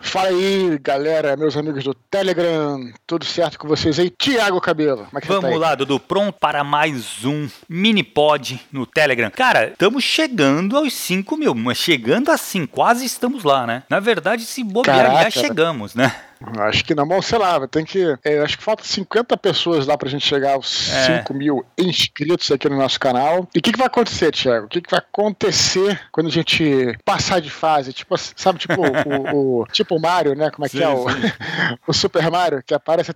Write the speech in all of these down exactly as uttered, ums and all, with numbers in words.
Fala aí, galera, meus amigos do Telegram, tudo certo com vocês aí? Thiago Cabelo, como é que Vamos você tá aí? lá, Dudu, pronto para mais um mini pod no Telegram. Cara, estamos chegando aos cinco mil, mas chegando assim, quase estamos lá, né? Na verdade, se bobear, Caraca, já chegamos, né? Acho que na mão, sei lá, tem que. É, acho que falta cinquenta pessoas lá pra gente chegar aos É. cinco mil inscritos aqui no nosso canal. E o que, que vai acontecer, Thiago? O que, que vai acontecer quando a gente passar de fase? Tipo, sabe, tipo o, o tipo o Mario, né? Como é que Sim, é o, o Super Mario, que aparece.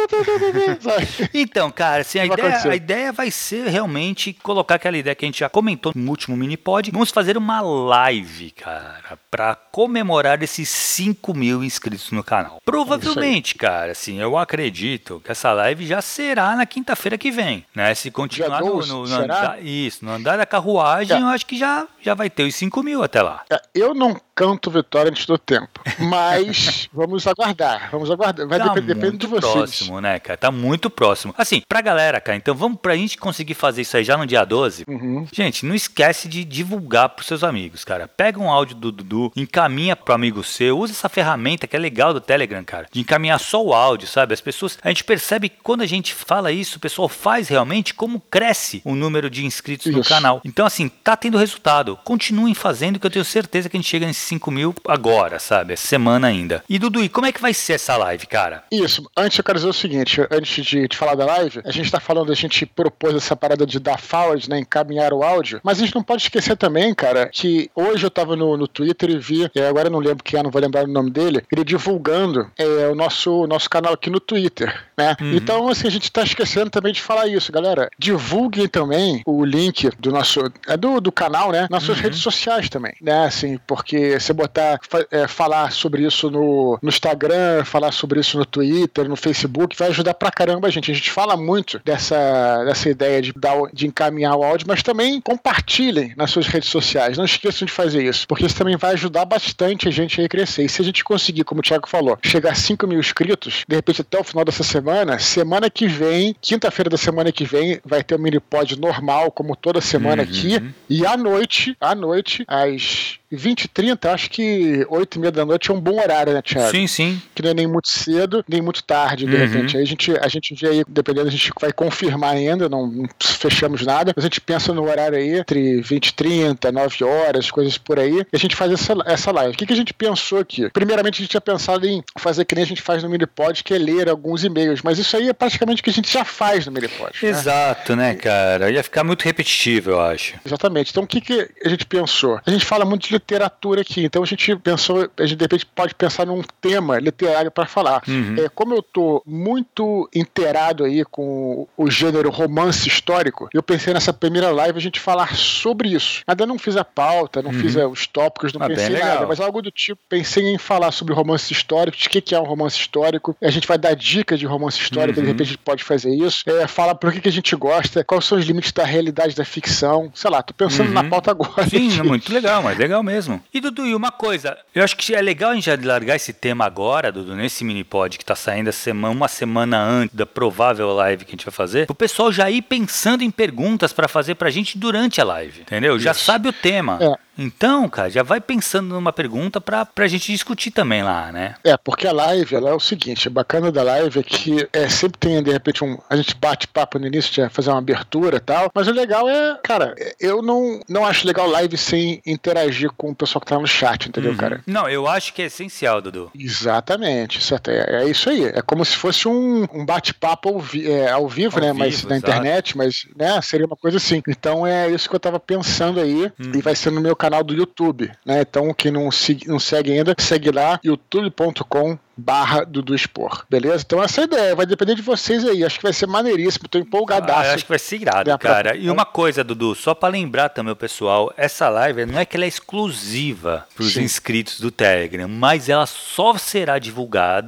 Sabe? Então, cara, assim, a, O que vai ideia, acontecer? a ideia vai ser realmente colocar aquela ideia que a gente já comentou no último mini pod. Vamos fazer uma live, cara, pra comemorar esses cinco mil inscritos no canal. Provavelmente, cara, assim, eu acredito que essa live já será na quinta-feira que vem, né? Se continuar Dia no, doze, no, no será? andar, isso, no andar da carruagem, É. eu acho que já, já vai ter os cinco mil até lá. É, Eu não canto vitória antes do tempo, mas vamos aguardar, vamos aguardar. Vai Tá depender, depende muito de vocês. próximo, né, cara? Tá muito próximo. Assim, pra galera, cara, então vamos pra gente conseguir fazer isso aí já no dia doze. Uhum. Gente, não esquece de divulgar pros seus amigos, cara. Pega um áudio do Dudu, encaminha pro amigo seu, usa essa ferramenta que é legal do Telegram, cara, de encaminhar só o áudio, sabe? As pessoas, a gente percebe que quando a gente fala isso, o pessoal faz realmente como cresce o número de inscritos no Isso. canal. Então, assim, tá tendo resultado. Continuem fazendo que eu tenho certeza que a gente chega nesses cinco mil agora, sabe? Essa semana ainda. E Dudu, e como é que vai ser essa live, cara? Isso, antes eu quero dizer o seguinte, antes de, de falar da live, a gente tá falando, a gente propôs essa parada de dar forward, né, encaminhar o áudio, mas a gente não pode esquecer também, cara, que hoje eu tava no, no Twitter e vi, e agora eu não lembro quem é, não vou lembrar o nome dele, ele divulgando é, o nosso, nosso canal aqui no Twitter, né? Uhum. Então, assim, a gente tá esquecendo também de falar isso, galera. Divulguem também o link do nosso, é do, do canal, né, nas suas Uhum. redes sociais também, né, assim, porque você botar, fa- é, falar sobre isso no, no Instagram, falar sobre isso no Twitter, no Facebook, vai ajudar pra caramba a gente. A gente fala muito dessa, dessa ideia de, dar, o- de encaminhar o áudio, mas também compartilhem nas suas redes sociais. Não esqueçam de fazer isso, porque isso também vai ajudar bastante a gente a crescer. E se a gente conseguir, como o Thiago falou, chegar a cinco mil inscritos, de repente até o final dessa semana, semana que vem, quinta-feira da semana que vem, vai ter um mini pod normal, como toda semana Uhum. aqui. E à noite, à noite, às vinte e trinta, acho que oito e meia da noite é um bom horário, né, Thiago? Sim, sim. Que não é nem muito cedo, nem muito tarde, de Uhum. repente. Aí a gente, a gente vê aí, dependendo, a gente vai confirmar ainda, não, não fechamos nada, mas a gente pensa no horário aí, entre vinte e trinta, nove horas, coisas por aí, e a gente faz essa, essa live. O que, que a gente pensou aqui? Primeiramente, a gente tinha pensado em fazer que nem a gente faz no Minipod, que é ler alguns e-mails, mas isso aí é praticamente o que a gente já faz no Minipod. Né? Exato, né, cara? Ia ficar muito repetitivo, eu acho. Exatamente. Então, o que, que a gente pensou? A gente fala muito de literatura aqui, então a gente pensou, a gente de repente pode pensar num tema literário para falar. Uhum. É, como eu tô muito inteirado aí com o gênero romance histórico, eu pensei nessa primeira live a gente falar sobre isso. Ainda não fiz a pauta, não Uhum. fiz eh, os tópicos, não Ah, bem pensei em legal. nada, mas algo do tipo, pensei em falar sobre romance histórico, de que, que é um romance histórico, a gente vai dar dicas de romance histórico, Uhum. de repente a gente pode fazer isso, é, fala por que, que a gente gosta, quais são os limites da realidade da ficção, sei lá, tô pensando Uhum. na pauta agora. Sim, é aqui. muito legal, mas legal mesmo. E Dudu, e uma coisa, eu acho que é legal a gente já largar esse tema agora, Dudu, nesse mini pod que tá saindo essa semana, uma semana antes da provável live que a gente vai fazer, o pessoal já ir pensando em perguntas pra fazer pra gente durante a live, entendeu? Já Isso. sabe o tema. É. Então, cara, já vai pensando numa pergunta pra, pra gente discutir também lá, né? É, porque a live, ela é o seguinte, o bacana da live é que é, sempre tem, de repente, um, a gente bate papo no início, de fazer uma abertura e tal, mas o legal é, cara, eu não, não acho legal live sem interagir com o pessoal que tá no chat, entendeu, Uhum. cara? Não, eu acho que é essencial, Dudu. Exatamente, certo, é, é isso aí, é como se fosse um, um bate-papo ao, vi, é, ao vivo, Ao né, vivo, mas na exato. internet, mas, né, seria uma coisa assim. Então é isso que eu tava pensando aí, Uhum. e vai ser no meu canal do YouTube, né, então quem não, se, não segue ainda, segue lá, youtube ponto com barra Dudu Expor, beleza? Então essa é a ideia, vai depender de vocês aí, acho que vai ser maneiríssimo, tô empolgadaço. Ah, eu acho que vai ser irado, Minha cara. própria- E uma coisa, Dudu, só pra lembrar também o pessoal, essa live não é que ela é exclusiva pros Sim. inscritos do Telegram, mas ela só será divulgada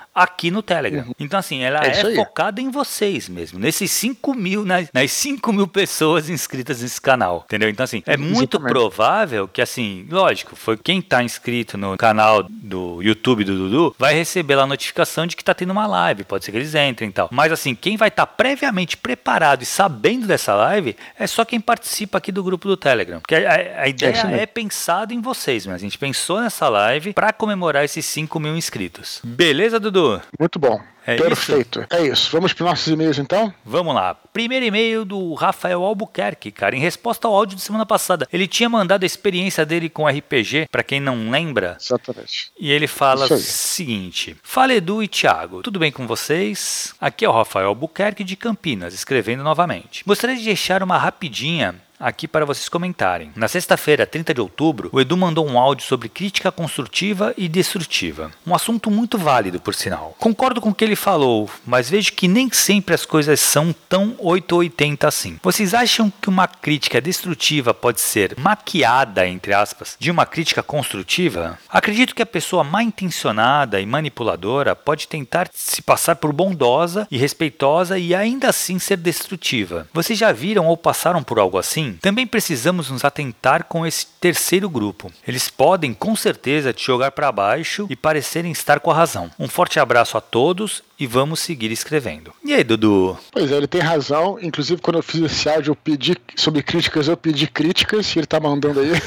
aqui no Telegram. Uhum. Então, assim, ela é, é focada em vocês mesmo, nesses cinco mil, nas, nas cinco mil pessoas inscritas nesse canal, entendeu? Então, assim, é muito Exatamente. provável que, assim, lógico, foi quem tá inscrito no canal do YouTube do Dudu vai receber lá a notificação de que tá tendo uma live, pode ser que eles entrem e tal. Mas, assim, quem vai estar tá previamente preparado e sabendo dessa live é só quem participa aqui do grupo do Telegram. Porque a, a ideia é, é pensada em vocês, mas a gente pensou nessa live para comemorar esses cinco mil inscritos. Beleza, Dudu? Muito bom. É Perfeito. Isso? É isso. Vamos para os nossos e-mails, então? Vamos lá. Primeiro e-mail do Rafael Albuquerque, cara, em resposta ao áudio de semana passada. Ele tinha mandado a experiência dele com R P G, para quem não lembra. Exatamente. E ele fala o seguinte: Fala, Edu e Thiago, tudo bem com vocês? Aqui é o Rafael Albuquerque de Campinas, escrevendo novamente. Gostaria de deixar uma rapidinha aqui para vocês comentarem. Na sexta-feira, trinta de outubro, o Edu mandou um áudio sobre crítica construtiva e destrutiva. Um assunto muito válido, por sinal. Concordo com o que ele falou, mas vejo que nem sempre as coisas são tão oitocentos e oitenta assim. Vocês acham que uma crítica destrutiva pode ser maquiada, entre aspas, de uma crítica construtiva? Acredito que a pessoa mal intencionada e manipuladora pode tentar se passar por bondosa e respeitosa e ainda assim ser destrutiva. Vocês já viram ou passaram por algo assim? Também precisamos nos atentar com esse terceiro grupo. Eles podem, com certeza, te jogar para baixo e parecerem estar com a razão. Um forte abraço a todos e vamos seguir escrevendo. E aí, Dudu? Pois é, ele tem razão. Inclusive, quando eu fiz esse áudio, eu pedi sobre críticas, eu pedi críticas, e ele tá mandando aí,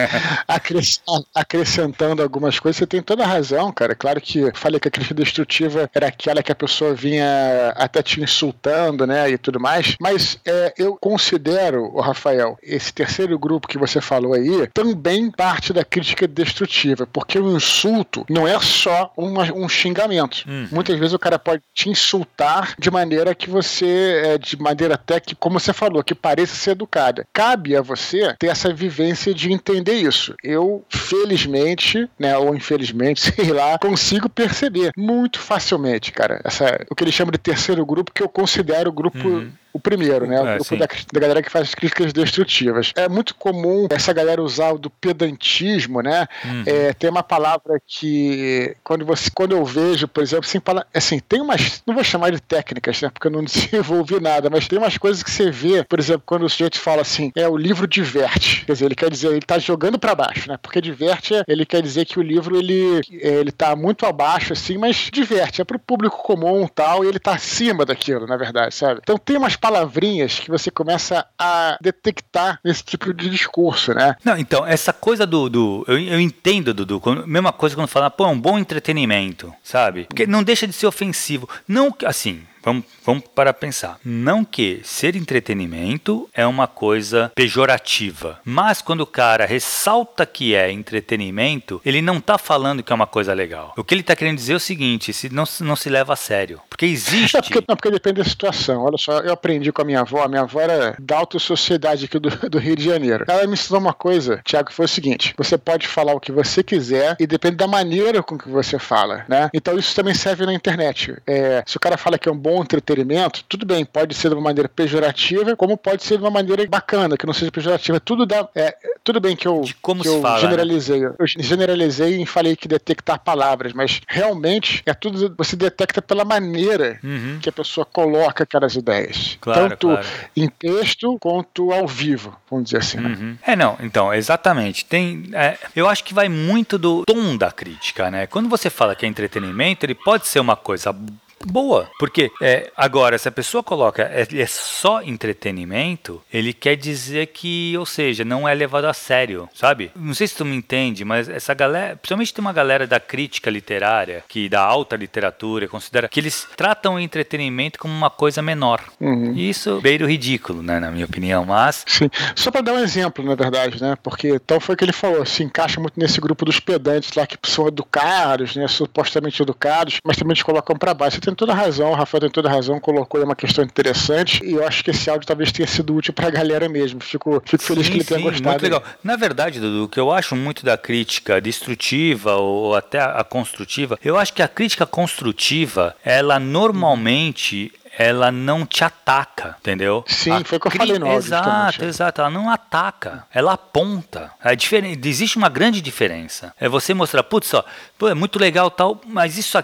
acrescentando algumas coisas. Você tem toda a razão, cara. Claro que eu falei que a crítica destrutiva era aquela que a pessoa vinha até te insultando, né, e tudo mais. Mas é, eu considero, o Rafael, esse terceiro grupo que você falou aí, também parte da crítica destrutiva, porque o insulto não é só uma, um xingamento. Hum. Muitas vezes o cara pode te insultar de maneira que você, é, de maneira até que, como você falou, que pareça ser educada. Cabe a você ter essa vivência de entender isso. Eu, felizmente, né, ou infelizmente, sei lá, consigo perceber muito facilmente, cara, essa, o que eles chamam de terceiro grupo, que eu considero o grupo... Uhum. O primeiro, né? O é, grupo da, da galera que faz críticas destrutivas. É muito comum essa galera usar o do pedantismo, né? Uhum. É, tem uma palavra que, quando, você, quando eu vejo, por exemplo, assim, assim, tem umas, não vou chamar de técnicas, né? Porque eu não desenvolvi nada, mas tem umas coisas que você vê, por exemplo, quando o sujeito fala assim, é, o livro diverte. Quer dizer, ele quer dizer, ele tá jogando para baixo, né? Porque diverte, ele quer dizer que o livro, ele, ele tá muito abaixo, assim, mas diverte, é pro público comum e tal, e ele tá acima daquilo, na verdade, sabe? Então tem umas palavrinhas que você começa a detectar nesse tipo de discurso, né? Não, então, essa coisa do... do eu, eu entendo, Dudu, mesma coisa quando fala, pô, é um bom entretenimento, sabe? Porque não deixa de ser ofensivo. Não, assim... Vamos, vamos para pensar. Não que ser entretenimento é uma coisa pejorativa, mas quando o cara ressalta que é entretenimento, ele não está falando que é uma coisa legal. O que ele está querendo dizer é o seguinte, se não, não se leva a sério. Porque existe... É porque, não, porque depende da situação. Olha só, eu aprendi com a minha avó, a minha avó era da alta sociedade aqui do, do Rio de Janeiro. Ela me ensinou uma coisa, Thiago, que foi o seguinte, você pode falar o que você quiser e depende da maneira com que você fala, né? Então isso também serve na internet. É, se o cara fala que é um bom entretenimento, tudo bem, pode ser de uma maneira pejorativa, como pode ser de uma maneira bacana, que não seja pejorativa. Tudo dá, é, tudo bem que eu, de como que se eu fala, generalizei. Né? Eu generalizei e falei que detectar palavras, mas realmente é tudo, você detecta pela maneira uhum. que a pessoa coloca aquelas ideias. Claro, tanto claro. em texto quanto ao vivo, vamos dizer assim. Uhum. Né? É, não, então, exatamente. Tem, é, eu acho que vai muito do tom da crítica, né? Quando você fala que é entretenimento, ele pode ser uma coisa boa, porque é, agora se a pessoa coloca é, é só entretenimento, ele quer dizer que, ou seja, não é levado a sério, sabe? Não sei se tu me entende, mas essa galera, principalmente tem uma galera da crítica literária, que da alta literatura, considera que eles tratam o entretenimento como uma coisa menor. Uhum. E isso beira o ridículo, né, na minha opinião, mas... Sim, só para dar um exemplo, na verdade, né, porque tal foi o que ele falou, se encaixa muito nesse grupo dos pedantes lá, que são educados, né, supostamente educados, mas também eles colocam para baixo. Tem toda a razão, o Rafael tem toda a razão, colocou aí uma questão interessante e eu acho que esse áudio talvez tenha sido útil pra galera mesmo. Fico, fico feliz sim, que ele tenha sim, gostado. Muito legal. Na verdade, Dudu, o que eu acho muito da crítica destrutiva ou até a construtiva, eu acho que a crítica construtiva, ela normalmente... ela não te ataca, entendeu? Sim, a foi o que eu cri... falei no áudio. Exato, exato. Ela não ataca, ela aponta. É diferente, existe uma grande diferença. É você mostrar, putz, ó, pô, é muito legal tal, mas isso aqui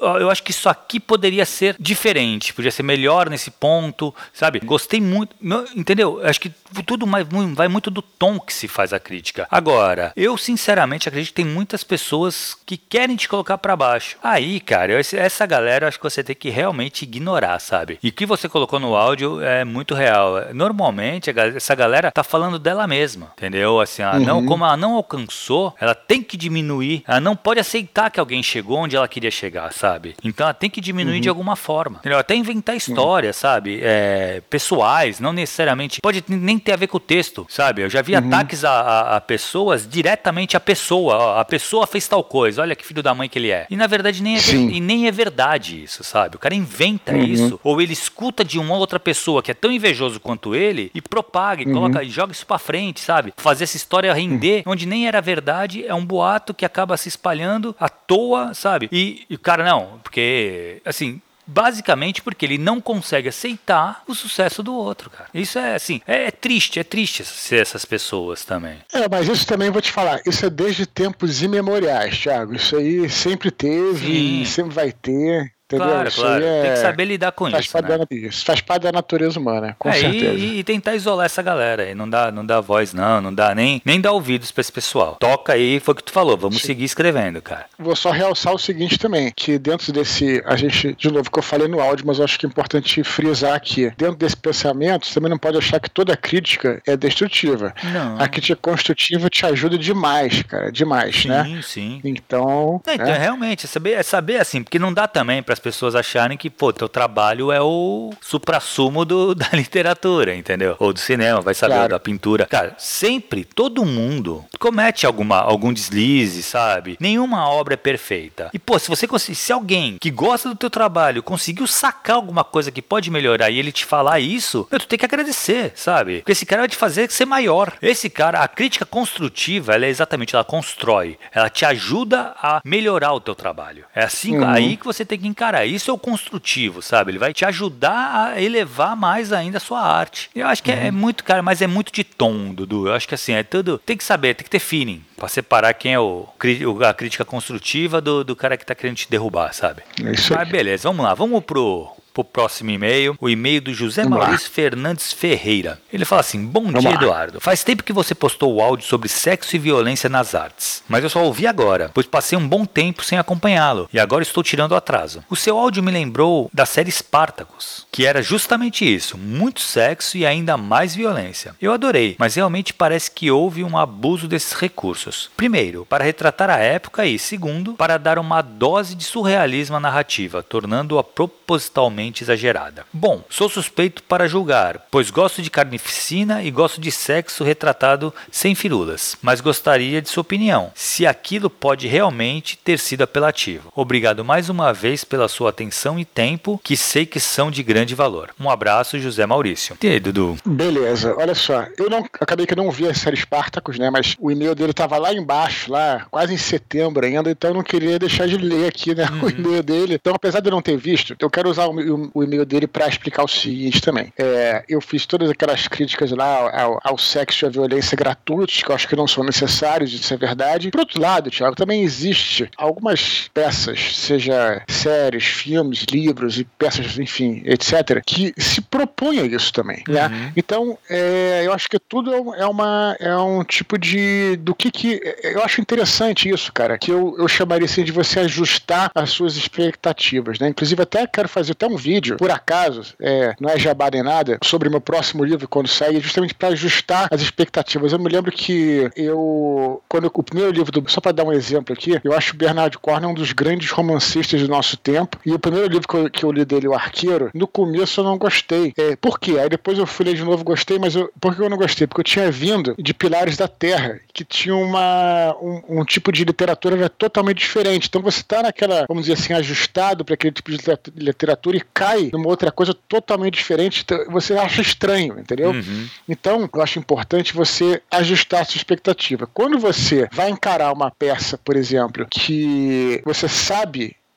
eu acho que isso aqui poderia ser diferente, podia ser melhor nesse ponto, sabe? Gostei muito, entendeu? Eu acho que tudo vai muito do tom que se faz a crítica. Agora, eu sinceramente acredito que tem muitas pessoas que querem te colocar pra baixo. Aí, cara, essa galera eu acho que você tem que realmente ignorar, sabe? E o que você colocou no áudio é muito real. Normalmente, essa galera tá falando dela mesma, entendeu? Assim, ela uhum. não, como ela não alcançou, ela tem que diminuir, ela não pode aceitar que alguém chegou onde ela queria chegar, sabe? Então ela tem que diminuir uhum. de alguma forma, entendeu? Até inventar histórias, uhum. sabe? É, pessoais, não necessariamente, pode nem ter a ver com o texto, sabe? Eu já vi uhum. ataques a, a, a pessoas, diretamente a pessoa, ó, a pessoa fez tal coisa, olha que filho da mãe que ele é. E na verdade nem é, ver, e nem é verdade isso, sabe? O cara inventa uhum. isso, ou ele escuta de uma outra pessoa que é tão invejoso quanto ele e propaga, e uhum. coloca, e joga isso pra frente, sabe? Fazer essa história render, uhum. onde nem era verdade, é um boato que acaba se espalhando à toa, sabe? E, e o cara não, porque, assim... basicamente porque ele não consegue aceitar o sucesso do outro, cara. Isso é assim, é, é triste, é triste ser essas pessoas também. É, mas isso também vou te falar, isso é desde tempos imemoriais, Thiago. Isso aí sempre teve Sim. e sempre vai ter. Entendeu? Claro, isso claro. É... Tem que saber lidar com faz isso, parte né? da, isso faz parte da natureza humana, com é, certeza. E, e tentar isolar essa galera aí. Não dá, não dá voz, não. Não dá nem, nem dar ouvidos pra esse pessoal. Toca aí, foi o que tu falou. Vamos Sim. seguir escrevendo, cara. Vou só realçar o seguinte também, que dentro desse, a gente, de novo, que eu falei no áudio, mas eu acho que é importante frisar aqui. Dentro desse pensamento, você também não pode achar que toda crítica é destrutiva. Não. A crítica construtiva te ajuda demais, cara. Demais, sim, né? Sim, sim. Então... É, então, né? realmente, é saber, é saber assim, porque não dá também para as pessoas acharem que, pô, teu trabalho é o suprassumo do, da literatura, entendeu? Ou do cinema, vai saber, claro. Da pintura. Cara, sempre, todo mundo comete alguma, algum deslize, sabe? Nenhuma obra é perfeita. E, pô, se você conseguir, se alguém que gosta do teu trabalho conseguiu sacar alguma coisa que pode melhorar e ele te falar isso, meu, tu tem que agradecer, sabe? Porque esse cara vai te fazer ser maior. Esse cara, a crítica construtiva, ela é exatamente, ela constrói, ela te ajuda a melhorar o teu trabalho. É assim, uhum. aí que você tem que encarar. Isso é o construtivo. Sabe? Ele vai te ajudar a elevar mais ainda a sua arte. Eu acho que uhum. é, é muito, cara, mas é muito de tom, Dudu. Eu acho que assim, é tudo. Tem que saber, tem que ter feeling pra separar quem é o, a crítica construtiva do, do cara que tá querendo te derrubar, sabe? É isso aí. Mas beleza, vamos lá, vamos pro. Pro próximo e-mail, o e-mail do José Vamos Maurício lá. Fernandes Ferreira. Ele fala assim: bom Vamos dia, lá. Eduardo. Faz tempo que você postou o áudio sobre sexo e violência nas artes, mas eu só ouvi agora, pois passei um bom tempo sem acompanhá-lo e agora estou tirando o atraso. O seu áudio me lembrou da série Spartacus, que era justamente isso: muito sexo e ainda mais violência. Eu adorei, mas realmente parece que houve um abuso desses recursos. Primeiro, para retratar a época e, segundo, para dar uma dose de surrealismo à narrativa, tornando-a propositalmente exagerada. Bom, sou suspeito para julgar, pois gosto de carnificina e gosto de sexo retratado sem firulas, mas gostaria de sua opinião, se aquilo pode realmente ter sido apelativo. Obrigado mais uma vez pela sua atenção e tempo, que sei que são de grande valor. Um abraço, José Maurício. E aí, Dudu? Beleza, olha só, eu não acabei que eu não vi a série Spartacus, né, mas o e-mail dele estava lá embaixo, lá, quase em setembro ainda, então eu não queria deixar de ler aqui, né, uhum. o e-mail dele. Então, apesar de eu não ter visto, eu quero usar o o e-mail dele para explicar o seguinte também. É, eu fiz todas aquelas críticas lá ao, ao sexo e à violência gratuitos, que eu acho que não são necessários, isso é verdade. Por outro lado, Thiago, também existe algumas peças, seja séries, filmes, livros e peças, enfim, etcétera, que se propõem a isso também, uhum. né? Então, é, eu acho que tudo é, uma, é um tipo de... do que que... Eu acho interessante isso, cara, que eu, eu chamaria assim de você ajustar as suas expectativas, né? Inclusive, até quero fazer até um vídeo, por acaso, é, não é jabá nem nada, sobre o meu próximo livro quando sair, justamente para ajustar as expectativas. Eu me lembro que eu, quando eu, o primeiro livro, do, só para dar um exemplo aqui, eu acho o Bernard Cornwell um dos grandes romancistas do nosso tempo, e o primeiro livro que eu, que eu li dele, O Arqueiro, no começo eu não gostei. É, por quê? Aí depois eu fui ler de novo, gostei, mas eu, por que eu não gostei? Porque eu tinha vindo de Pilares da Terra, que tinha uma, um, um tipo de literatura totalmente diferente. Então você está naquela, vamos dizer assim, ajustado para aquele tipo de literatura e cai numa outra coisa totalmente diferente, você acha estranho, entendeu? Uhum. Então, eu acho importante você ajustar a sua expectativa. Quando você vai encarar uma peça, por exemplo, que você sabe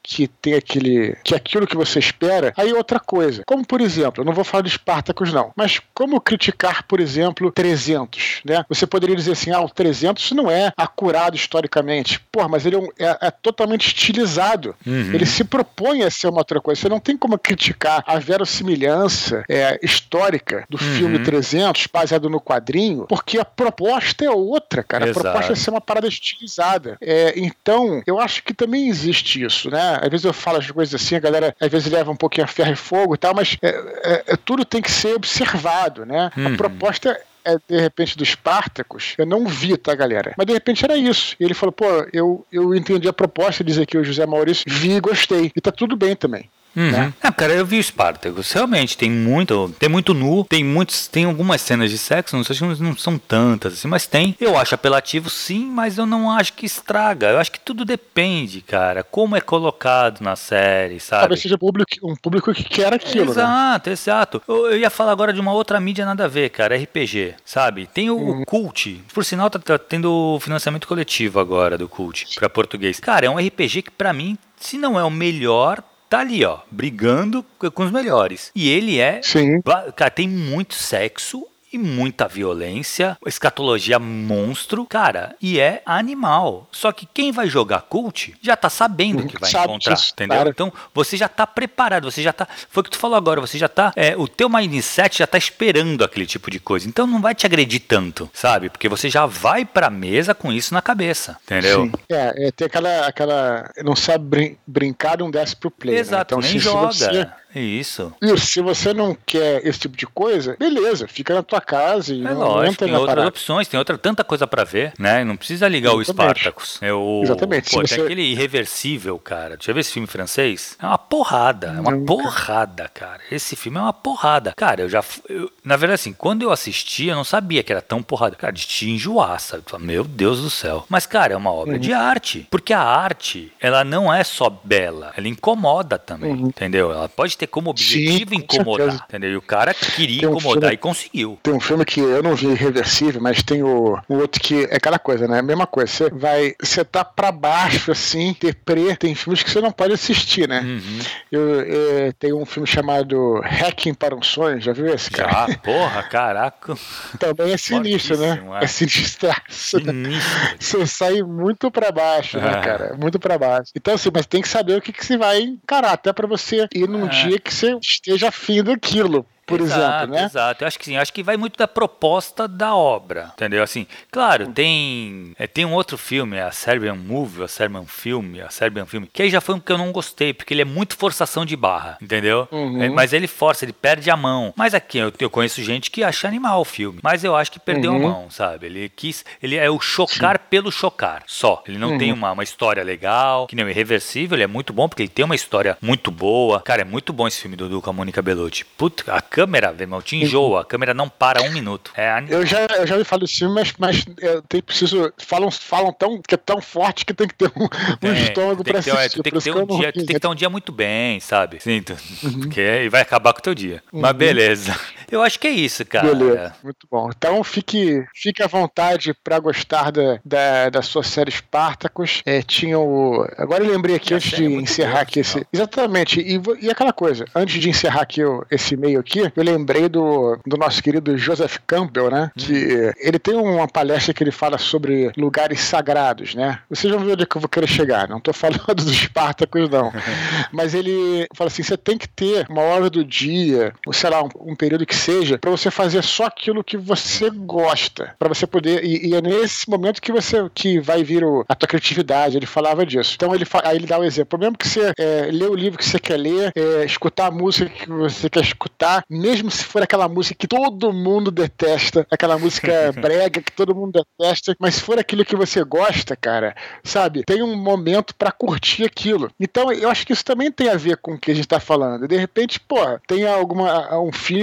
que tem aquele, que é aquilo que você espera, aí outra coisa. Como, por exemplo, eu não vou falar de Spartacus não, mas como criticar, por exemplo, trezentos, né? Você poderia dizer assim, ah, o trezentos não é acurado historicamente. Pô, mas ele é, um, é, é totalmente estilizado. Uhum. Ele se propõe a ser uma outra coisa. Você não tem como criticar a verossimilhança é, histórica do uhum. filme trezentos, baseado no quadrinho, porque a proposta é outra, cara. Exato. A proposta é ser uma parada estilizada. É, então, eu acho que também existe isso, né? Às vezes eu falo as coisas assim, a galera às vezes leva um pouquinho a ferro e fogo e tal, mas é, é, é, tudo tem que ser observado, né? Uhum. A proposta é, de repente, do Spartacus, eu não vi, tá, galera? Mas de repente era isso. E ele falou, pô, eu, eu entendi a proposta, diz aqui o José Maurício, vi e gostei. E tá tudo bem também. Uhum. Né? Ah, cara, eu vi o Spartacus. Realmente, tem muito, tem muito nu, tem muitos, tem algumas cenas de sexo, não sei se não são tantas assim, mas tem. Eu acho apelativo sim, mas eu não acho que estraga. Eu acho que tudo depende, cara, como é colocado na série, sabe? Talvez seja público, um público que quer aquilo, exato, né? Exato. Eu, eu ia falar agora de uma outra mídia nada a ver, cara, R P G, sabe? Tem o, uhum. o Cult, por sinal tá, tá tendo financiamento coletivo agora do Cult pra português. Cara, é um R P G que pra mim, se não é o melhor, tá ali, ó, brigando com os melhores. E ele é... Sim. Cara, tem muito sexo e muita violência, escatologia monstro, cara, e é animal. Só que quem vai jogar Cult já tá sabendo o que vai Sabe encontrar, disso, entendeu? cara. Então, você já tá preparado, você já tá... Foi o que tu falou agora, você já tá... É, o teu mindset já tá esperando aquele tipo de coisa. Então, não vai te agredir tanto, sabe? Porque você já vai pra mesa com isso na cabeça, entendeu? Sim. É, é tem aquela... aquela não sabe brin- brincar, não desce pro play, exato, né? Então, nem se, joga. Se você... Isso. Isso, se você não quer esse tipo de coisa, beleza, fica na tua casa e é não lógico, entra tem na outras parada. opções, tem outra, tanta coisa pra ver, né? Não precisa ligar Exatamente. o Spartacus. É o, Exatamente. Pô, Se tem você... aquele Irreversível, cara. Deixa eu ver esse filme francês. É uma porrada, é uma Nunca. porrada, cara. Esse filme é uma porrada. Cara, eu já... Eu, na verdade, assim, quando eu assisti, eu não sabia que era tão porrada. Cara, de te enjoar, sabe? Meu Deus do céu. Mas, cara, é uma obra uhum. de arte. Porque a arte, ela não é só bela. Ela incomoda também, uhum. entendeu? Ela pode ter como objetivo Sim, incomodar. certeza. Entendeu? E o cara queria tem um incomodar filme, e conseguiu. Tem um filme que eu não vi Irreversível, mas tem o, o outro que é aquela coisa, né? A mesma coisa. Você vai, você tá pra baixo, assim, deprê, tem filmes que você não pode assistir, né? Uhum. Eu, eu, tem um filme chamado Hacking para um Sonho, já viu esse, cara? Já, porra, caraca. Também é sinistro, né? É, é sinistraço. Sinistro. Você sai muito pra baixo, né, ah. cara? Muito pra baixo. Então, assim, mas tem que saber o que, que você vai encarar, até pra você ir num ah. dia que você esteja afim daquilo. Por exato, exemplo, né? Exato, eu acho que sim, eu acho que vai muito da proposta da obra, entendeu? Assim, claro, tem é, tem um outro filme, a Serbian Movie, a Serbian Film, a Serbian Film, que aí já foi um que eu não gostei, porque ele é muito forçação de barra, entendeu? Uhum. É, mas ele força, ele perde a mão. Mas aqui, eu, eu conheço gente que acha animal o filme, mas eu acho que perdeu uhum. a mão, sabe? Ele quis, ele é o chocar sim. pelo chocar, só. Ele não uhum. tem uma, uma história legal, que nem o Irreversível, ele é muito bom, porque ele tem uma história muito boa. Cara, é muito bom esse filme do, do com a Mônica Bellucci. Puta, a câmera, velho, te enjoa, a câmera não para um minuto. É, eu, já, eu já ouvi falar desse filme, mas, mas eu tenho, preciso. Falam, falam tão, que é tão forte que tem que ter um, tem, um estômago pra assistir. É, tu tem que ter um dia, tu tem que ter um dia muito bem, sabe? Sim, tu, uhum. porque e vai acabar com o teu dia. Uhum. Mas beleza. Eu acho que é isso, cara. Beleza, muito bom. Então fique, fique à vontade pra gostar da, da, da sua série Spartacus. É, tinha o. Agora eu lembrei aqui, e antes de é encerrar boa, aqui esse. Exatamente. E, e aquela coisa, antes de encerrar aqui o, esse e-mail aqui, eu lembrei do, do nosso querido Joseph Campbell, né? Hum. Que ele tem uma palestra que ele fala sobre lugares sagrados, né? Vocês vão ver onde é que eu vou querer chegar. Não tô falando dos Spartacus, não. Mas ele fala assim: você tem que ter uma hora do dia, ou sei lá, um, um período que seja, pra você fazer só aquilo que você gosta. Pra você poder. E, e é nesse momento que você que vai vir o, a tua criatividade. Ele falava disso. Então ele, aí ele dá o exemplo. Mesmo que você é, lê o livro que você quer ler, é, escutar a música que você quer escutar, mesmo se for aquela música que todo mundo detesta, aquela música brega que todo mundo detesta, mas se for aquilo que você gosta, cara, sabe, tem um momento pra curtir aquilo. Então eu acho que isso também tem a ver com o que a gente tá falando. De repente, pô, tem alguma, um filme, um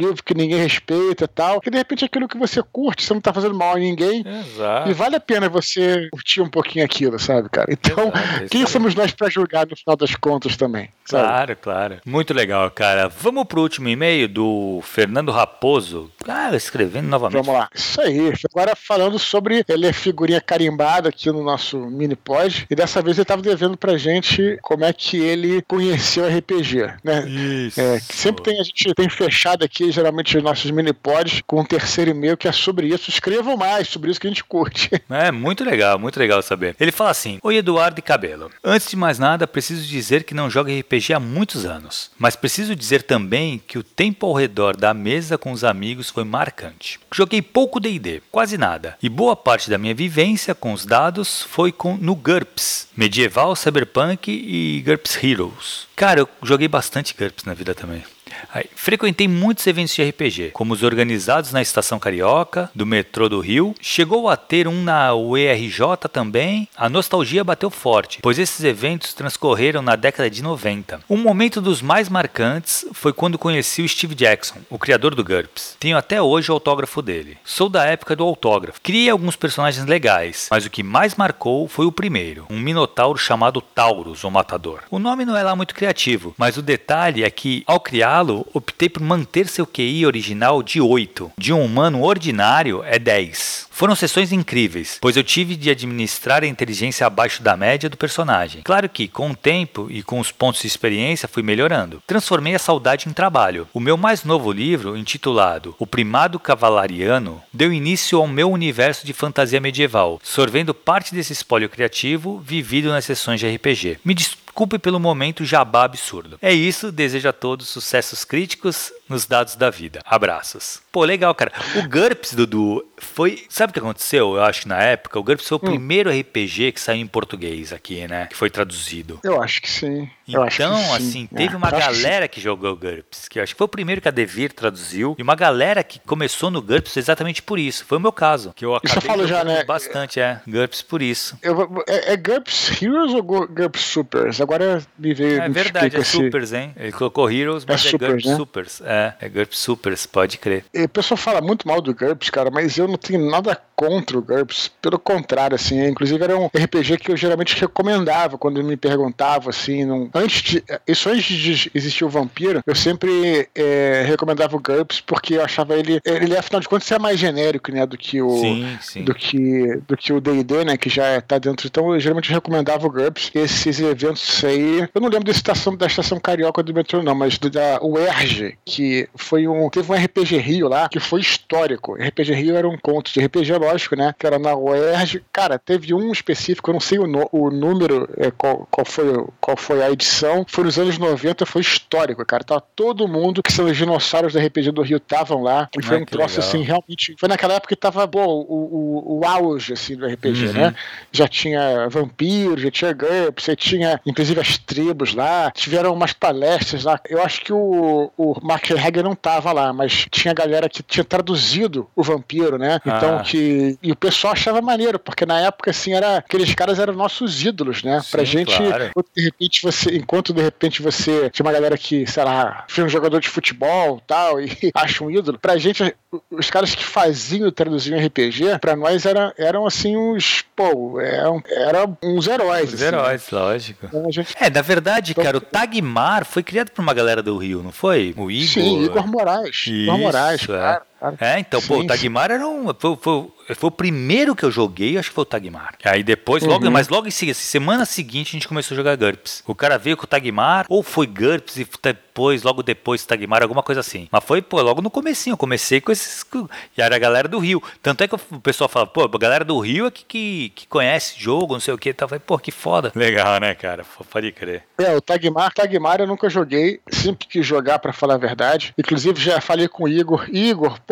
livro que ninguém respeita e tal, que de repente é aquilo que você curte, você não tá fazendo mal a ninguém. Exato. E vale a pena você curtir um pouquinho aquilo, sabe, cara? Então, Exato, quem somos nós pra julgar no final das contas também? Sabe? Claro, claro. Muito legal, cara. Vamos pro último e-mail do Fernando Raposo. Ah, escrevendo novamente. Vamos lá. Isso aí. Agora falando sobre... Ele é figurinha carimbada aqui no nosso mini-pod. E dessa vez ele tava devendo pra gente como é que ele conheceu R P G, né? Isso. É, sempre tem, a gente tem fechado aqui, geralmente, os nossos mini-pods com um terceiro e-mail que é sobre isso. Escrevam mais sobre isso que a gente curte. É, muito legal, muito legal saber. Ele fala assim: Oi, Eduardo e Cabelo. Antes de mais nada, preciso dizer que não jogo R P G há muitos anos. Mas preciso dizer também que o tempo ao redor da mesa com os amigos foi marcante. Joguei pouco D e D, quase nada. E boa parte da minha vivência com os dados foi com, no GURPS, Medieval, Cyberpunk e GURPS Heroes. Cara, eu joguei bastante GURPS na vida também. Aí, frequentei muitos eventos de R P G, como os organizados na Estação Carioca, do metrô do Rio. Chegou a ter um na U E R J também. A nostalgia bateu forte, pois esses eventos transcorreram na década de noventa. Um momento dos mais marcantes foi quando conheci o Steve Jackson, o criador do GURPS. Tenho até hoje o autógrafo dele. Sou da época do autógrafo. Criei alguns personagens legais, mas o que mais marcou foi o primeiro, um minotauro chamado Taurus, o Matador. O nome não é lá muito criativo, mas o detalhe é que, ao criá-lo, optei por manter seu Q I original de oito. De um humano ordinário é dez. Foram sessões incríveis, pois eu tive de administrar a inteligência abaixo da média do personagem. Claro que, com o tempo e com os pontos de experiência, fui melhorando. Transformei a saudade em trabalho. O meu mais novo livro, intitulado O Primado Cavalariano, deu início ao meu universo de fantasia medieval, sorvendo parte desse espólio criativo vivido nas sessões de R P G. Me desculpe pelo momento jabá absurdo. É isso, desejo a todos sucessos críticos nos dados da vida. Abraços. Pô, legal, cara. O GURPS, Dudu, foi... Sabe o que aconteceu? Eu acho que na época, o GURPS foi o hum. primeiro R P G que saiu em português aqui, né? Que foi traduzido. Eu acho que sim. Então, eu acho que sim. assim, teve é, uma galera que, que jogou GURPS, que eu acho que foi o primeiro que a Devir traduziu, e uma galera que começou no GURPS exatamente por isso. Foi o meu caso, que eu acabei isso eu falo já, né? bastante, é. GURPS por isso. Eu, é, é GURPS Heroes ou GURPS Supers? Agora me veio... É verdade, é esse... Supers, hein? Ele colocou Heroes, mas é, é Supers, GURPS né? Supers. É, é GURPS Supers, pode crer. E o pessoal fala muito mal do GURPS, cara, mas eu não tenho nada contra o GURPS. Pelo contrário, assim, inclusive era um R P G que eu geralmente recomendava quando me perguntavam, assim, não... antes de... isso antes de existir o Vampiro, eu sempre é, recomendava o GURPS porque eu achava ele, ele afinal de contas é mais genérico, né, do que o sim, sim. do que do que o D e D, né, que já tá dentro. Então eu geralmente recomendava o GURPS. Esses eventos aí, eu não lembro da estação da estação Carioca do metrô não, mas do, da U E R J, que foi um, teve um R P G Rio lá, que foi histórico. R P G Rio era um conto de R P G, lógico, né, que era na U E R J. Cara, teve um específico, eu não sei o, no, o número, é, qual, qual foi qual foi a edição, foi nos anos noventa, foi histórico, cara. Tava todo mundo que são os dinossauros do R P G do Rio estavam lá, e foi ah, um troço legal. Assim, realmente, foi naquela época que tava, bom, o, o, o auge, assim, do R P G, uhum. né? Já tinha vampiro, já tinha GURPS, você tinha, inclusive, as tribos lá, tiveram umas palestras lá. Eu acho que o, o Mark Hager não tava lá, mas tinha galera que tinha traduzido o vampiro, né? Então, ah. que... E o pessoal achava maneiro, porque na época, assim, era... aqueles caras eram nossos ídolos, né? Sim, pra gente, claro. de repente, você... Enquanto, de repente, você... Tinha uma galera que, sei lá, foi um jogador de futebol e tal, e acha um ídolo. Pra gente, os caras que faziam e traduziam R P G, pra nós eram, eram assim, uns... Pô, eram, eram uns heróis. Os assim, heróis, né? lógico. Então, gente... É, na verdade, cara, o Tagmar foi criado por uma galera do Rio, não foi? O Igor... Sim, Igor Moraes. Isso, Igor Moraes, é. claro. É, então, sim, pô, o Tagmar era um... Foi, foi, foi o primeiro que eu joguei, acho que foi o Tagmar. Aí depois, logo, uhum. mas logo em seguida, semana seguinte, a gente começou a jogar GURPS. O cara veio com o Tagmar, ou foi GURPS e depois, logo depois, Tagmar, alguma coisa assim. Mas foi, pô, logo no comecinho, eu comecei com esses... E era a galera do Rio. Tanto é que o pessoal fala, pô, a galera do Rio é que, que, que conhece jogo, não sei o que. Então, eu falei, pô, que foda. Legal, né, cara? Pode crer. É, o Tagmar, Tagmar eu nunca joguei. Sempre quis jogar, pra falar a verdade. Inclusive, já falei com o Igor. Igor, pô,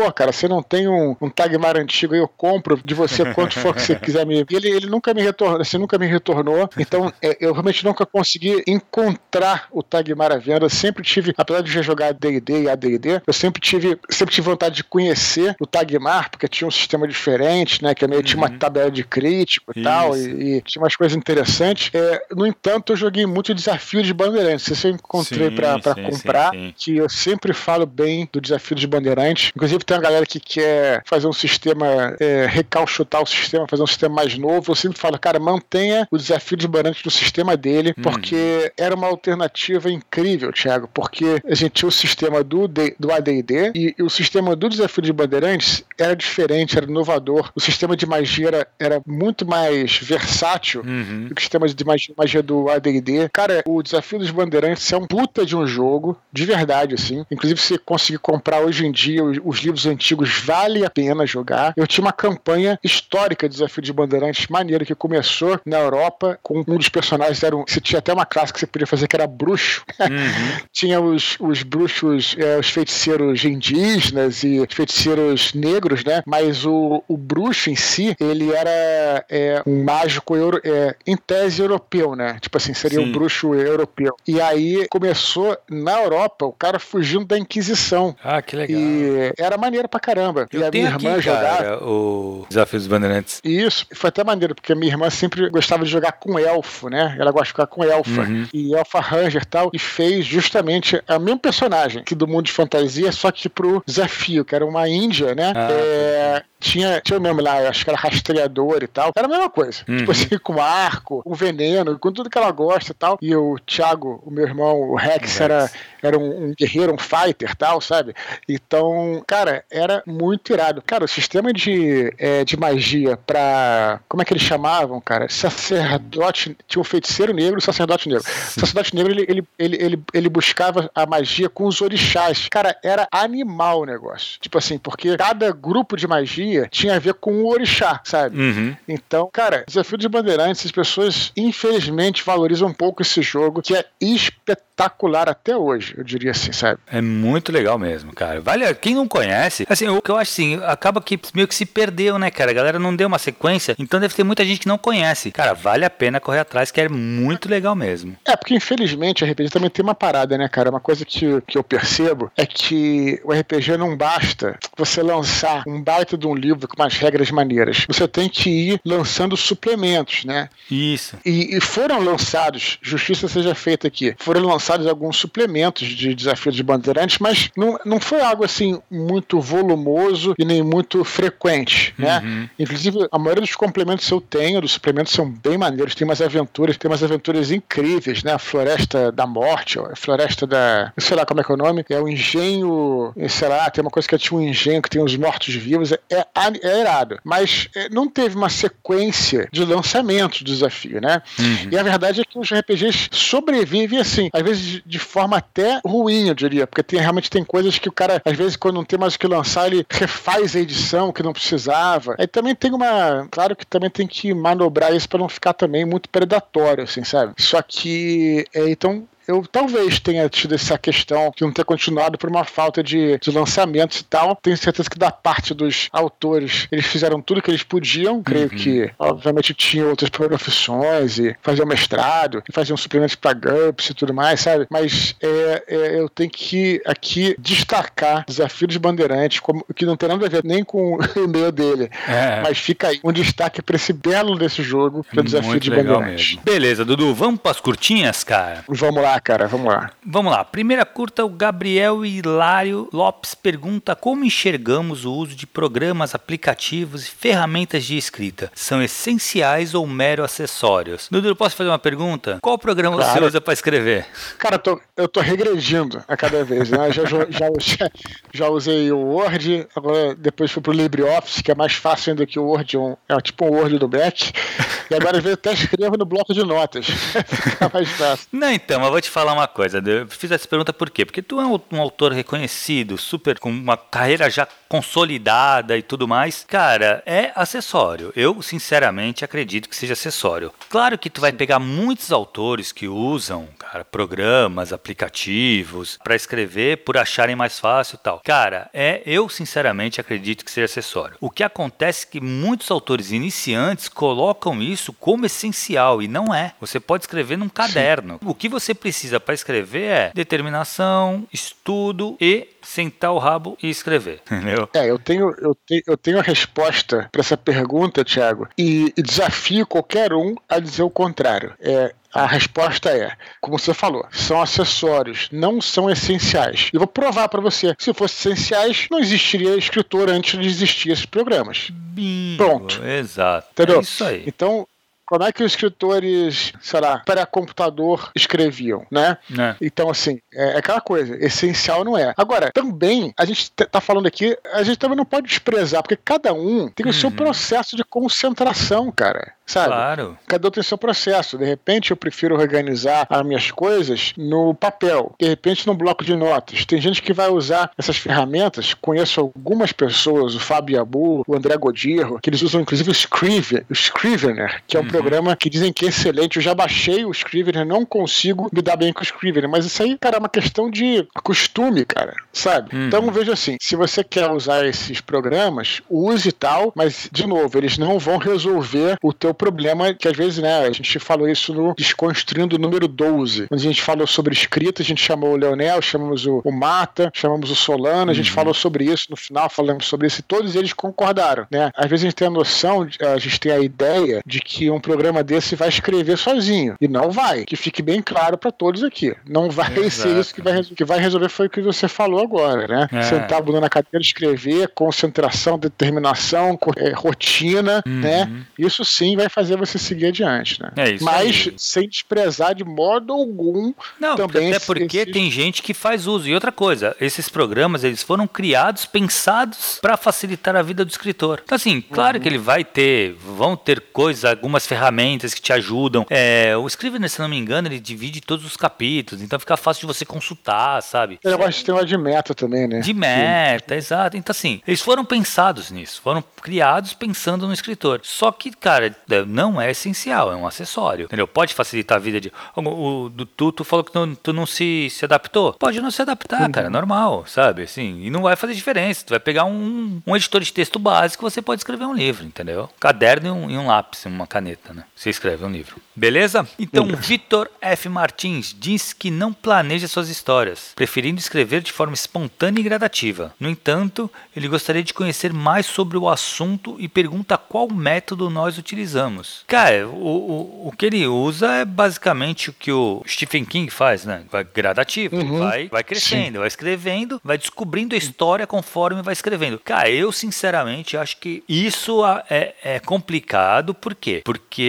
pô, cara, você não tem um, um Tagmar antigo aí, eu compro de você quanto for que você quiser me... E ele, ele nunca me retornou, assim, nunca me retornou, então é, eu realmente nunca consegui encontrar o Tagmar à venda. Eu sempre tive, apesar de já jogar D e D e A D e D, eu sempre tive, sempre tive vontade de conhecer o Tagmar, porque tinha um sistema diferente, né, que meio, uhum. tinha uma tabela de crítico e tal, e, e tinha umas coisas interessantes. É, no entanto, eu joguei muito Desafio de Bandeirantes. Esse eu encontrei sim, pra, pra sim, comprar, sim, sim. que eu sempre falo bem do Desafio de Bandeirantes. Inclusive, tem uma galera que quer fazer um sistema, é, recalchutar o sistema, fazer um sistema mais novo. Eu sempre falo, cara, mantenha o Desafio de Bandeirantes no sistema dele, porque uhum. era uma alternativa incrível, Thiago, porque a gente tinha o sistema do, D, do A D e D e, e o sistema do Desafio de Bandeirantes era diferente, era inovador. O sistema de magia era, era muito mais versátil uhum. do que o sistema de magia, magia do A D e D. Cara, o Desafio dos Bandeirantes é um puta de um jogo, de verdade, assim. Inclusive, se você conseguir comprar hoje em dia os, os livros antigos, vale a pena jogar. Eu tinha uma campanha histórica de Desafio de Bandeirantes maneira que começou na Europa com um dos personagens, era um, você tinha até uma classe que você podia fazer que era bruxo. Uhum. Tinha os, os bruxos, é, os feiticeiros indígenas e feiticeiros negros, né? Mas o, o bruxo em si, ele era é, um mágico euro, é, em tese europeu, né? Tipo assim, seria Sim. um bruxo europeu. E aí começou na Europa o cara fugindo da Inquisição. Ah, que legal. E era maneiro pra caramba. Eu e a tenho minha irmã aqui, jogava. Cara, o Desafio dos Bandeirantes. Isso, foi até maneiro, porque a minha irmã sempre gostava de jogar com elfo, né? Ela gosta de ficar com elfa. Uhum. E elfa ranger e tal, e fez justamente a mesma personagem que do mundo de fantasia, só que pro desafio, que era uma índia, né? Ah, é... Tinha, tinha o mesmo lá, acho que era rastreador e tal. Era a mesma coisa. Uhum. Tipo assim, com arco, com veneno, com tudo que ela gosta e tal. E o Thiago, o meu irmão, o Rex, Rex. era, era um, um guerreiro, um fighter e tal, sabe? Então, cara, era muito irado. Cara, o sistema de, é, de magia pra... Como é que eles chamavam, cara? Sacerdote... Tinha um feiticeiro negro e um sacerdote negro. O sacerdote negro, ele, ele, ele, ele, ele buscava a magia com os orixás. Cara, era animal o negócio. Tipo assim, porque cada grupo de magia tinha a ver com o orixá, sabe? Uhum. Então, cara, Desafio de Bandeirantes, as pessoas, infelizmente, valorizam um pouco esse jogo, que é espetacular até hoje, eu diria assim, sabe? É muito legal mesmo, cara. Vale, quem não conhece, assim, o que eu acho assim, acaba que meio que se perdeu, né, cara? A galera não deu uma sequência, então deve ter muita gente que não conhece. Cara, vale a pena correr atrás, que é muito legal mesmo. É, porque infelizmente o R P G também tem uma parada, né, cara? Uma coisa que, que eu percebo é que o R P G não basta você lançar um baita de um livro com umas regras maneiras. Você tem que ir lançando suplementos, né? Isso. E, e foram lançados, justiça seja feita aqui, foram lançados alguns suplementos de Desafio de Bandeirantes, mas não, não foi algo assim muito volumoso e nem muito frequente, né? Uhum. Inclusive, a maioria dos complementos eu tenho, dos suplementos são bem maneiros, tem umas aventuras, tem umas aventuras incríveis, né? A Floresta da Morte, a Floresta da... sei lá como é que é o nome, é o engenho, sei lá, tem uma coisa que é tipo um engenho que tem os mortos-vivos, é, é, é irado, mas é, não teve uma sequência de lançamentos do desafio, né? Uhum. E a verdade é que os R P Gs sobrevivem assim, às vezes de, de forma até ruim, eu diria, porque tem, realmente tem coisas que o cara, às vezes, quando não tem mais o que lançar, ele refaz a edição que não precisava. Aí também tem uma... Claro que também tem que manobrar isso para não ficar também muito predatório, assim, sabe? Só que, é, então... Eu talvez tenha tido essa questão de não ter continuado por uma falta de, de lançamentos e tal. Tenho certeza que da parte dos autores, eles fizeram tudo que eles podiam. Creio uhum. que, obviamente, tinham outras profissões e faziam mestrado, e faziam suplementos para GURPS e tudo mais, sabe? Mas é, é, eu tenho que aqui destacar Desafio dos Bandeirantes, como, que não tem nada a ver nem com o e-mail dele. É. Mas fica aí um destaque para esse belo desse jogo, que é o Desafio Muito de Bandeirantes. Mesmo. Beleza, Dudu, vamos para as curtinhas, cara? Vamos lá. Cara, vamos lá. Vamos lá. Primeira curta, o Gabriel Hilário Lopes pergunta como enxergamos o uso de programas, aplicativos e ferramentas de escrita. São essenciais ou mero acessórios? Dudu, posso fazer uma pergunta? Qual programa claro. Você usa para escrever? Cara, eu tô, eu tô regredindo a cada vez, né? já, já, já, já usei o Word, agora depois fui pro LibreOffice, que é mais fácil ainda que o Word, um, é tipo um Word do Mac. E agora às vezes até escrevo no bloco de notas. Fica mais fácil. Não, então, mas vou te falar uma coisa. Eu fiz essa pergunta por quê? Porque tu é um, um autor reconhecido, super, com uma carreira já consolidada e tudo mais. Cara, é acessório. Eu, sinceramente, acredito que seja acessório. Claro que tu vai pegar muitos autores que usam, cara, programas, aplicativos para escrever por acharem mais fácil e tal. Cara, é, eu, sinceramente, acredito que seja acessório. O que acontece é que muitos autores iniciantes colocam isso como essencial e não é. Você pode escrever num caderno. Sim. O que você precisa para escrever é determinação, estudo e sentar o rabo e escrever, entendeu? É, eu tenho, eu tenho, eu tenho a resposta para essa pergunta, Thiago, e, e desafio qualquer um a dizer o contrário. É, a resposta é, como você falou, são acessórios, não são essenciais. E vou provar para você, se fossem essenciais, não existiria escritor antes de existir esses programas. Bingo, pronto. Exato. Entendeu? É isso aí. Então, como é que os escritores, sei lá, para computador escreviam, né? É. Então, assim, é aquela coisa, essencial não é. Agora, também, a gente tá falando aqui, a gente também não pode desprezar, porque cada um tem o uhum. seu processo de concentração, cara. Sabe? Claro. Cada um tem seu processo. De repente, eu prefiro organizar as minhas coisas no papel. De repente, num bloco de notas. Tem gente que vai usar essas ferramentas. Conheço algumas pessoas, o Fábio Yabu, o André Godiro, que eles usam inclusive o Scrivener, o Scrivener, que é um uhum. programa que dizem que é excelente. Eu já baixei o Scrivener, não consigo me dar bem com o Scrivener. Mas isso aí, cara, é uma questão de costume, cara. Sabe? Uhum. Então, veja assim, se você quer usar esses programas, use e tal, mas, de novo, eles não vão resolver o teu problema, que às vezes, né, a gente falou isso no Desconstruindo número doze, onde a gente falou sobre escrita, a gente chamou o Leonel, chamamos o, o Mata, chamamos o Solano, a gente uhum. falou sobre isso, no final falamos sobre isso, e todos eles concordaram, né? Às vezes a gente tem a noção, a gente tem a ideia de que um programa desse vai escrever sozinho, e não vai, que fique bem claro para todos aqui, não vai Exato. ser isso que vai, que vai resolver, foi o que você falou agora, né? É. Sentar a bunda na cadeira, escrever, concentração, determinação, é, rotina, uhum. né? Isso sim vai fazer você seguir adiante, né? É isso Mas aí. sem desprezar de modo algum não, também até porque esses... tem gente que faz uso. E outra coisa, esses programas, eles foram criados, pensados para facilitar a vida do escritor. Então assim, claro uhum. que ele vai ter, vão ter coisas, algumas ferramentas que te ajudam. É, o Scrivener, se não me engano, ele divide todos os capítulos, então fica fácil de você consultar, sabe? Eu gosto de ter uma de meta também, né? De meta, Sim. exato. Então assim, eles foram pensados nisso, foram criados pensando no escritor. Só que, cara, não é essencial, é um acessório, entendeu? Pode facilitar a vida de... O, o do tu, tu falou que não, tu não se, se adaptou. Pode não se adaptar, uhum. cara, normal, sabe? Assim, e não vai fazer diferença. Tu vai pegar um, um editor de texto básico, você pode escrever um livro, entendeu? Caderno e um, e um lápis, uma caneta, né? Você escreve um livro. Beleza? Então, uhum. Vitor F. Martins diz que não planeja suas histórias, preferindo escrever de forma espontânea e gradativa. No entanto, ele gostaria de conhecer mais sobre o assunto e pergunta qual método nós utilizamos. Cara, o, o, o que ele usa é basicamente o que o Stephen King faz, né? Vai gradativo, uhum. vai, vai crescendo, Sim. vai escrevendo, vai descobrindo a história conforme vai escrevendo. Cara, eu sinceramente acho que isso é, é complicado, por quê?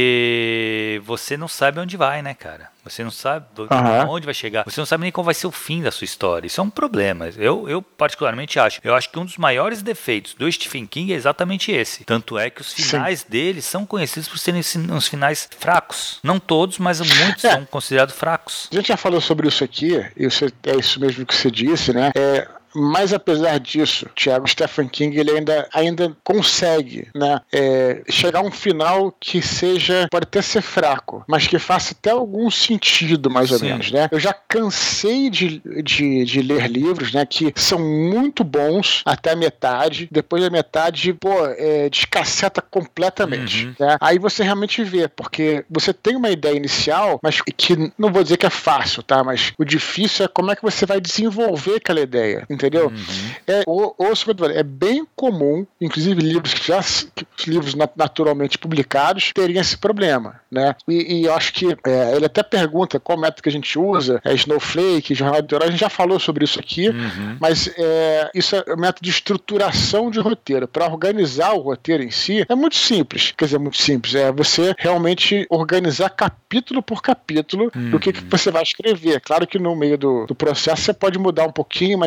Porque você não sabe onde vai, né, cara? Você não sabe uhum. onde vai chegar. Você não sabe nem qual vai ser o fim da sua história. Isso é um problema. Eu, eu particularmente acho. Eu acho que um dos maiores defeitos do Stephen King é exatamente esse. Tanto é que os finais Sim. dele são conhecidos por serem uns finais fracos. Não todos, mas muitos é. são considerados fracos. A gente já falou sobre isso aqui, e você, é isso mesmo que você disse, né? É... Mas apesar disso, Thiago, Stephen King ele ainda, ainda consegue, né, é, chegar a um final que seja, pode até ser fraco, mas que faça até algum sentido, mais ou Sim. menos, né? Eu já cansei de, de, de ler livros, né, que são muito bons até a metade, depois da metade, pô, é, descaceta completamente. Uhum. Né? Aí você realmente vê, porque você tem uma ideia inicial, mas que não vou dizer que é fácil, tá? Mas o difícil é como é que você vai desenvolver aquela ideia. Entendeu? Uhum. É, ou, ou, é bem comum, inclusive livros que já livros naturalmente publicados teriam esse problema, né? E, e eu acho que é, ele até pergunta qual método que a gente usa, é Snowflake, Jornal de Herói, a gente já falou sobre isso aqui, uhum. mas é, isso é um método de estruturação de roteiro. Para organizar o roteiro em si, é muito simples. Quer dizer, muito simples. É você realmente organizar capítulo por capítulo uhum. do que, que você vai escrever. Claro que no meio do, do processo você pode mudar um pouquinho, mas tentar não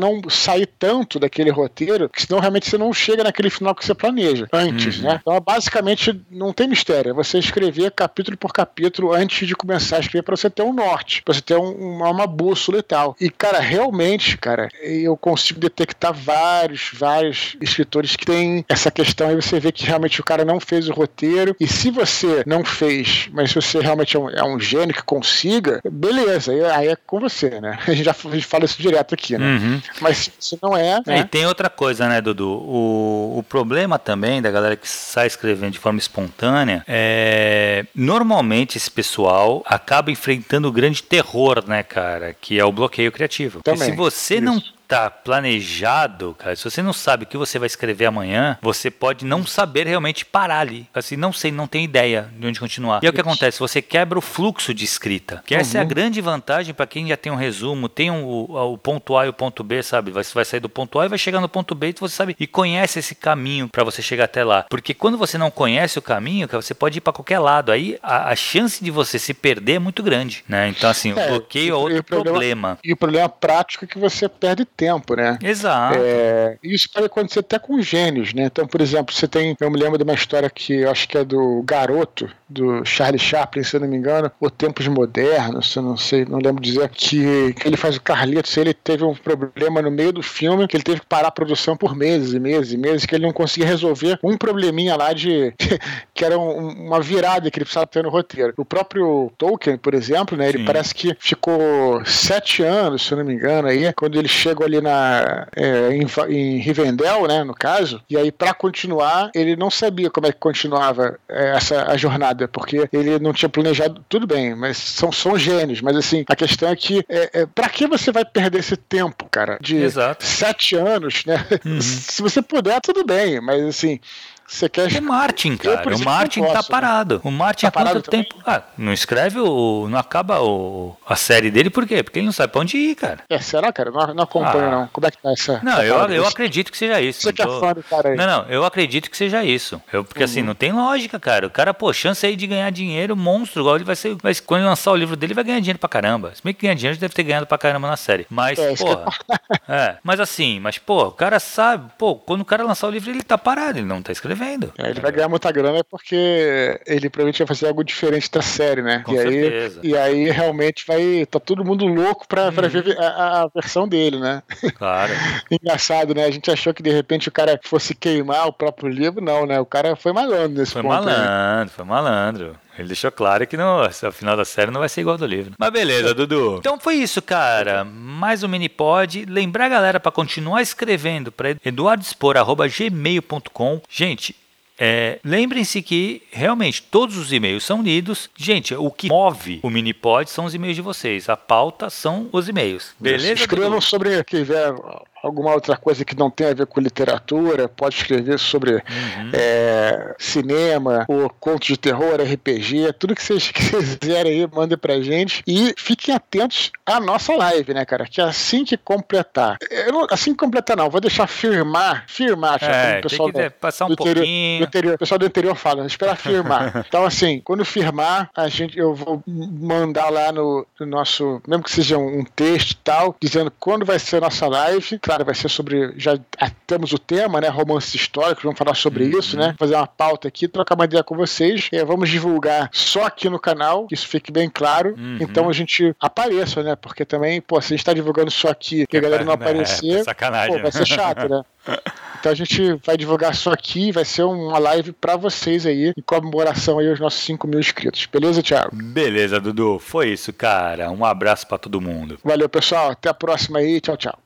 não sair tanto daquele roteiro, que senão realmente você não chega naquele final que você planeja antes, uhum. né? Então, basicamente, não tem mistério. É você escrever capítulo por capítulo antes de começar a escrever para você ter um norte, para você ter um, uma, uma bússola e tal. E, cara, realmente, cara, eu consigo detectar vários, vários escritores que têm essa questão. Aí você vê que realmente o cara não fez o roteiro. E se você não fez, mas se você realmente é um, é um gênio que consiga, beleza, aí, aí é com você, né? A gente já a gente fala isso direto aqui, né? Uhum. Mas se não é... Né? E tem outra coisa, né, Dudu? O, o problema também da galera que sai escrevendo de forma espontânea é... Normalmente esse pessoal acaba enfrentando o grande terror, né, cara? Que é o bloqueio criativo. Também, e se você isso. não tá planejado, cara, se você não sabe o que você vai escrever amanhã, você pode não saber realmente parar ali. Assim, não sei, não tem ideia de onde continuar. E é o que acontece, você quebra o fluxo de escrita. Que uhum. essa é a grande vantagem para quem já tem um resumo, tem um, o, o ponto A e o ponto B, sabe? Você vai sair do ponto A e vai chegar no ponto B e você sabe, e conhece esse caminho para você chegar até lá. Porque quando você não conhece o caminho, cara, você pode ir para qualquer lado. Aí a, a chance de você se perder é muito grande, né? Então, assim, o é, bloqueio é outro problema, problema. E o problema prático é que você perde tempo, né? Exato. É, isso pode acontecer até com gênios, né? Então, por exemplo, você tem, eu me lembro de uma história que eu acho que é do Garoto, do Charlie Chaplin, se eu não me engano, O Tempos Modernos, se eu não sei, não lembro dizer, que, que ele faz o Carlitos, ele teve um problema no meio do filme, que ele teve que parar a produção por meses e meses e meses, que ele não conseguia resolver um probleminha lá de, que era um, uma virada que ele precisava ter no roteiro. O próprio Tolkien, por exemplo, né? Ele Sim. parece que ficou sete anos, se eu não me engano, aí, quando ele chegou ali na, é, em, em Rivendell, né, no caso, e aí para continuar, ele não sabia como é que continuava é, essa, a jornada, porque ele não tinha planejado, tudo bem, mas são, são gênios, mas assim, a questão é que, é, é, pra que você vai perder esse tempo, cara, de Exato. sete anos, né, uhum. se você puder, tudo bem, mas assim, você quer... O Martin, cara, eu, o Martin posso, tá parado. Né? O Martin tá há quanto tempo? Ah, não escreve o... não acaba o, a série dele, por quê? Porque ele não sabe pra onde ir, cara. É, será, cara? Não, não acompanho, ah. não. Como é que tá essa... Não, eu, eu acredito que seja isso. Você que é fã do cara aí. Não, não, eu acredito que seja isso. Eu, porque uhum. assim, não tem lógica, cara. O cara, pô, chance aí de ganhar dinheiro, monstro, igual ele vai ser... Vai, quando ele lançar o livro dele, vai ganhar dinheiro pra caramba. Se bem que ganhar dinheiro, ele deve ter ganhado pra caramba na série. Mas, é, porra... é, mas assim, mas, pô, o cara sabe... Pô, quando o cara lançar o livro, ele tá parado, ele não tá escrevendo. É, ele vai ganhar muita grana porque ele provavelmente vai fazer algo diferente da série, né? Com e certeza. Aí, e aí realmente vai... Tá todo mundo louco pra, uhum. pra ver a, a versão dele, né? Claro. Engraçado, né? A gente achou que de repente o cara fosse queimar o próprio livro. Não, né? O cara foi malandro nesse foi ponto. Foi malandro, né? foi malandro. Ele deixou claro que no, ao final da série não vai ser igual ao do livro. Mas beleza, Dudu. Então foi isso, cara. Mais um mini-pod. Lembrar a galera para continuar escrevendo para eduardo spor arroba gmail ponto com. Gente... É, lembrem-se que realmente todos os e-mails são lidos. Gente, o que move o Minipod são os e-mails de vocês. A pauta são os e-mails. Beleza? Escrevam sobre que tiver alguma outra coisa que não tem a ver com literatura. Pode escrever sobre uhum. é, cinema, ou contos de terror, R P G, tudo que vocês quiserem aí, mandem pra gente. E fiquem atentos à nossa live, né, cara? Que assim que completar, eu não, assim que completar não, vou deixar firmar, firmar, é, o pessoal tem que do, passar um do pouquinho. Interior, do interior, o pessoal do interior fala, esperar firmar. Então, assim, quando firmar, a gente, eu vou mandar lá no, no nosso, mesmo que seja um, um texto e tal, dizendo quando vai ser a nossa live. Claro, vai ser sobre, já temos o tema, né, romances históricos, vamos falar sobre uhum. isso, né, fazer uma pauta aqui, trocar uma ideia com vocês, é, vamos divulgar só aqui no canal, que isso fique bem claro, uhum. então a gente apareça, né, porque também, pô, se a gente tá divulgando só aqui e a galera não aparecer, é, sacanagem, pô, vai ser chato, né. Então a gente vai divulgar só aqui, vai ser uma live pra vocês aí, em comemoração aí aos nossos cinco mil inscritos. Beleza, Thiago? Beleza, Dudu. Foi isso, cara. Um abraço pra todo mundo. Valeu, pessoal. Até a próxima aí. Tchau, tchau.